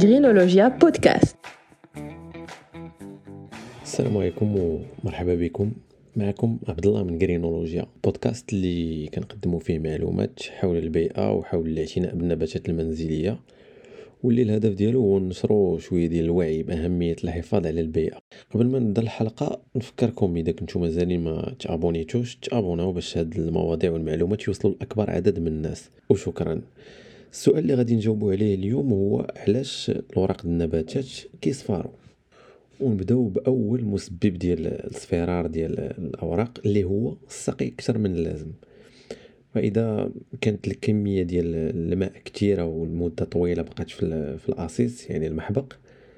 Greenologia Podcast. السلام عليكم ومرحبا بكم. معكم عبد الله من جرينولوجيا بودكاست اللي كنقدموا فيه معلومات حول البيئه وحول الاعتناء بالنباتات المنزليه، واللي الهدف ديالو هو نشروا شويه ديال الوعي باهميه الحفاظ على البيئه. قبل ما نبدا الحلقه نفكركم اذا كنتم مازالين ما تابونيتوش تابوناو باش هاد المواضيع والمعلومات يوصلوا لاكبر عدد من الناس، وشكرا. السؤال اللي غادي نجاوبوا عليه اليوم هو علاش الورق النباتات كيصفاروا. ونبداو باول مسبب ديال الصفرار ديال الاوراق اللي هو السقي اكثر من اللازم. فاذا كانت الكميه ديال الماء كثيره والمده طويله بقات في الاسيس يعني المحبق،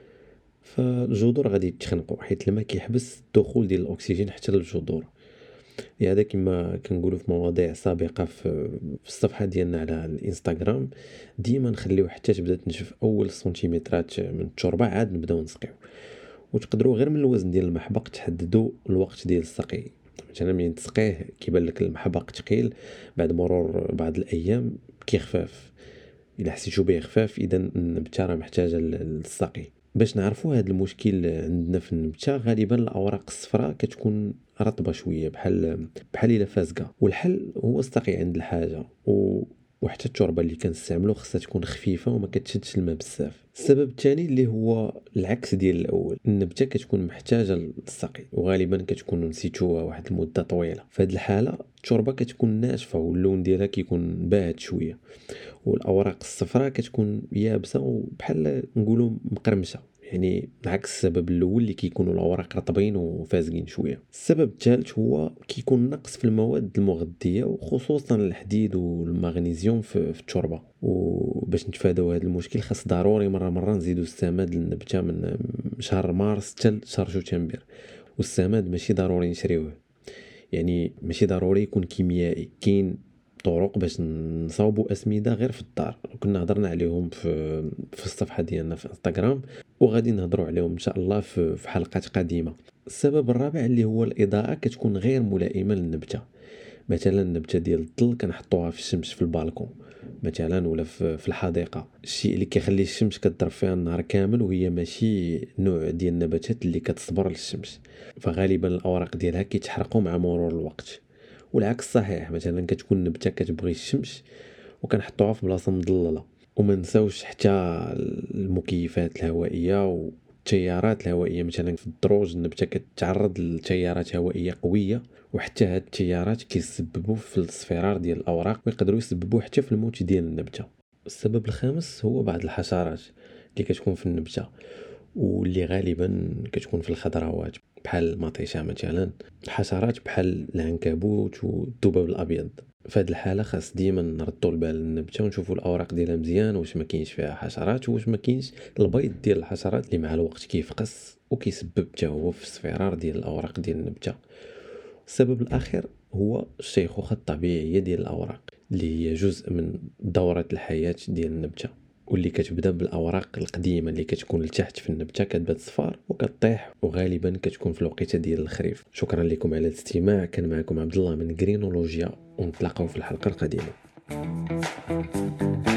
فالجذور غادي يتخنقوا حيت الماء كيحبس الدخول ديال الاكسجين حتى للجذور. هذا كما كنقولوا في مواضيع سابقه في الصفحه ديالنا على الانستغرام، ديما نخليو حتى تبدا تنشف اول سنتيمترات من التربه عاد نبداو نسقيو. وتقدروا غير من الوزن ديال المحبق تحددوا الوقت ديال السقي. مثلا ملي تسقيه كيبان لك المحبق ثقيل، بعد مرور بعض الايام كيخفاف. الا حسيتوا به خفاف اذا النبته راه محتاجه للسقي. باش نعرفوا هذا المشكل عندنا في النبته، غالبا الاوراق الصفراء كتكون رطبه شويه بحال الا فازقه، والحل هو السقي عند الحاجه. وحتى التربه اللي كنستعملو خصها تكون خفيفه وما كتشدش الماء بزاف. السبب الثاني اللي هو العكس ديال الاول، النبته كتكون محتاجه للسقي وغالبا كتكون نسيتوها واحد المده طويله. في هذه الحاله التربه كتكون ناشفه واللون ديالها كيكون باهت شويه، والاوراق الصفراء كتكون يابسه وبحال نقولوا مقرمشه، يعني عكس السبب الاول اللي كيكونوا الاوراق رطبين وفازقين شويه. السبب الثالث هو كيكون نقص في المواد المغذيه وخصوصا الحديد والمغنيسيوم في التربه. وباش نتفاداو هذا المشكل خاص ضروري مره نزيدوا السماد للنبته من شهر مارس حتى شهر شتنبر. والسماد ماشي ضروري نشريوه، يعني ماشي ضروري يكون كيميائي. كاين طرق باش نصاوبوا اسمده غير في الدار، وكنا هضرنا عليهم في الصفحه ديالنا في انستغرام، وغادي نهضروا عليهم ان شاء الله في حلقات قادمه. السبب الرابع اللي هو الاضاءه كتكون غير ملائمه للنبته. مثلا النبته ديال الظل كنحطوها في الشمس في البالكون مثلا ولا في الحديقه، الشيء اللي كيخلي الشمس كضرب فيها النهار كامل، وهي ماشي نوع ديال النباتات اللي كتصبر للشمس، فغالبا الاوراق ديالها كيتحرقوا مع مرور الوقت. والعكس صحيح، مثلا كتكون النبته كتبغي الشمس وكنحطوها في بلاصه مظلله. وما نساوش حتى المكيفات الهوائيه والتيارات الهوائيه. مثلا في الدروج النبته كتعرض لتيارات هوائيه قويه، وحتى هاد التيارات كيسببوا في الاصفرار ديال الاوراق ويقدروا يسببوا حتى في الموت ديال النبته. السبب الخامس هو بعض الحشرات اللي كتكون في النبته، واللي غالبا كتكون في الخضروات بحال المطيشه مثلا. حشرات بحال العنكبوت والذباب الابيض. في هذه الحاله خاص ديما نردوا البال للنبته ونشوفوا الاوراق ديالها مزيان واش ما كاينش فيها حشرات، واش ما كاينش البيض ديال الحشرات اللي مع الوقت كيفقس وكيسبب حتى هو في اصفرار ديال الاوراق ديال النبته. السبب الاخير هو الشيخوخه الطبيعيه ديال الاوراق، اللي هي جزء من دوره الحياه ديال النبته، واللي كتبدا بالاوراق القديمه اللي كتكون لتحت في النبته كتبدا تصفر وكطيح، وغالبا كتكون في الوقيته ديال الخريف. شكرا لكم على الاستماع. كان معكم عبد الله من جرينولوجيا، ونتلاقاو في الحلقه القادمه.